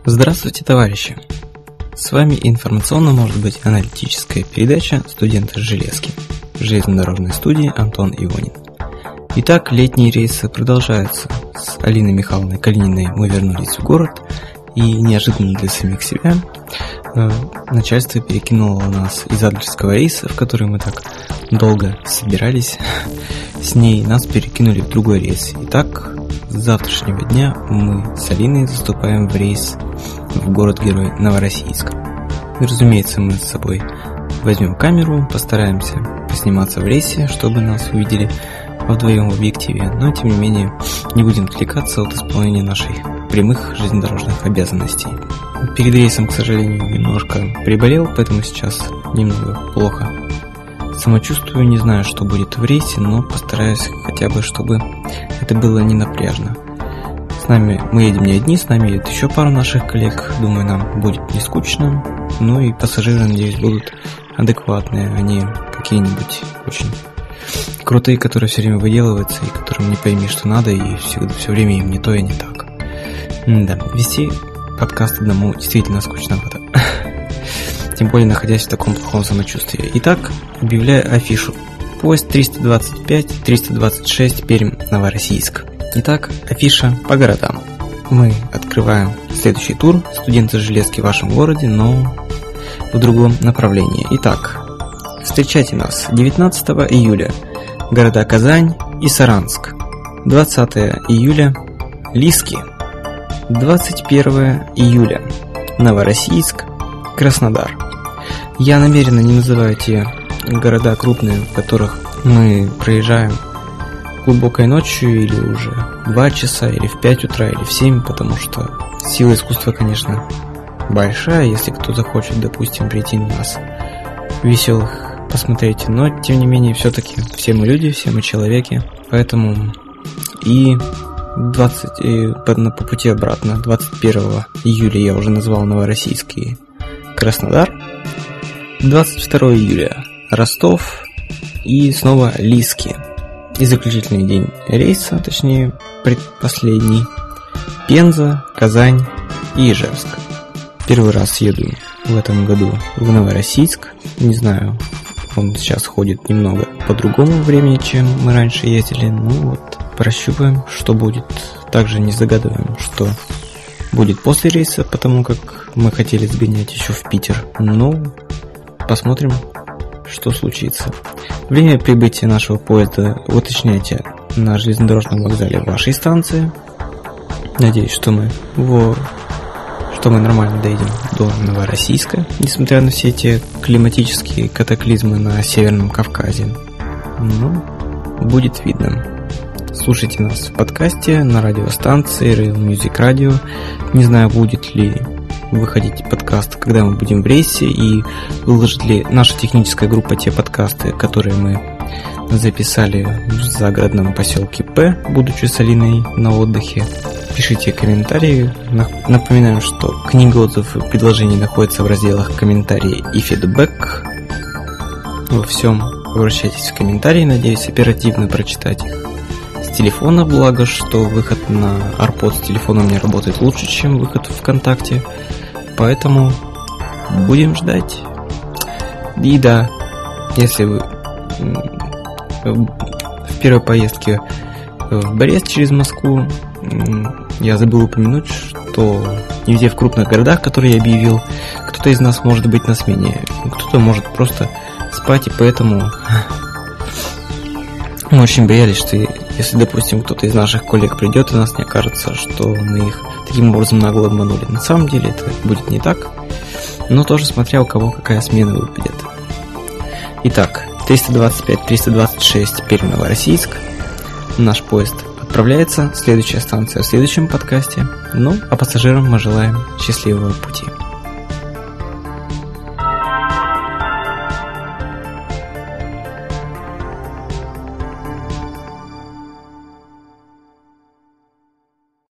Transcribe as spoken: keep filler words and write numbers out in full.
Здравствуйте, товарищи! С вами информационно, может быть, аналитическая передача «Студенты с железки» в железнодорожной студии Антон Ивонин. Итак, летние рейсы продолжаются. С Алиной Михайловной Калининой мы вернулись в город, и неожиданно для самих себя э, начальство перекинуло нас из Адлерского рейса, в который мы так долго собирались с ней, нас перекинули в другой рейс. Итак, с завтрашнего дня мы с Алиной заступаем в рейс в город-герой Новороссийск. И, разумеется, мы с собой возьмем камеру, постараемся посниматься в рейсе, чтобы нас увидели вдвоем в объективе, но тем не менее не будем отвлекаться от исполнения наших прямых железнодорожных обязанностей. Перед рейсом, к сожалению, немножко приболел, поэтому сейчас немного плохо самочувствую, не знаю, что будет в рейсе, но постараюсь хотя бы, чтобы это было не напряжно. С нами мы едем не одни, с нами едет еще пара наших коллег, думаю, нам будет не скучно, ну и пассажиры, надеюсь, будут адекватные, а не какие-нибудь очень крутые, которые все время выделываются и которым не пойми, что надо, и все, все время им не то и не так. Да, вести подкаст одному действительно скучновато. Тем более, находясь в таком плохом самочувствии. Итак, объявляю афишу. Поезд триста двадцать пять триста двадцать шесть Пермь-Новороссийск. Итак, афиша по городам. Мы открываем следующий тур «Студенты с железки» в вашем городе, но в другом направлении. Итак, встречайте нас девятнадцатого июля. Города Казань и Саранск. двадцатого июля. Лиски. двадцать первого июля. Новороссийск, Краснодар. Я намеренно не называю те города крупные, в которых мы проезжаем глубокой ночью или уже в два часа, или в пять утра, или в семь, потому что сила искусства, конечно, большая, если кто захочет, допустим, прийти на нас веселых посмотреть, но тем не менее все-таки все мы люди, все мы человеки, поэтому и двадцать и по, по пути обратно двадцать первого июля я уже назвал Новороссийск и Краснодар, двадцать второго июля Ростов и снова Лиски. И заключительный день рейса, точнее предпоследний, Пенза, Казань и Ижевск. Первый раз еду в этом году в Новороссийск, не знаю, он сейчас ходит немного по другому времени, чем мы раньше ездили, ну вот, прощупаем, что будет. Также не загадываем, что будет после рейса, потому как мы хотели сгонять еще в Питер, но посмотрим, что случится. Время прибытия нашего поезда уточняйте на железнодорожном вокзале вашей станции. Надеюсь, что мы во... что мы нормально доедем до Новороссийска, несмотря на все эти климатические катаклизмы на Северном Кавказе. Ну, будет видно. Слушайте нас в подкасте на радиостанции Rail Music Radio. Не знаю, будет ли выходить подкаст, когда мы будем в рейсе, и выложит ли наша техническая группа те подкасты, которые мы записали в загородном поселке П, будучи с Алиной на отдыхе. Пишите комментарии. Напоминаем, что книга отзывов и предложений находится в разделах «Комментарии» и «Фидбэк». Во всем обращайтесь в комментарии, надеюсь оперативно прочитать их с телефона, благо, что выход на AirPods с телефона у меня работает лучше, чем выход в ВКонтакте. Поэтому будем ждать. И да, если вы в первой поездке в Брест через Москву, я забыл упомянуть, что не везде в крупных городах, которые я объявил, кто-то из нас может быть на смене, кто-то может просто спать, и поэтому мы очень боялись, что если, допустим, кто-то из наших коллег придет, и нас не окажется, что мы их таким образом нагло обманули. На самом деле это будет не так, но тоже смотря у кого какая смена выпадет. Итак, триста двадцать пять триста двадцать шесть Пермь-Новороссийск. Наш поезд отправляется, следующая станция в следующем подкасте. Ну, а пассажирам мы желаем счастливого пути.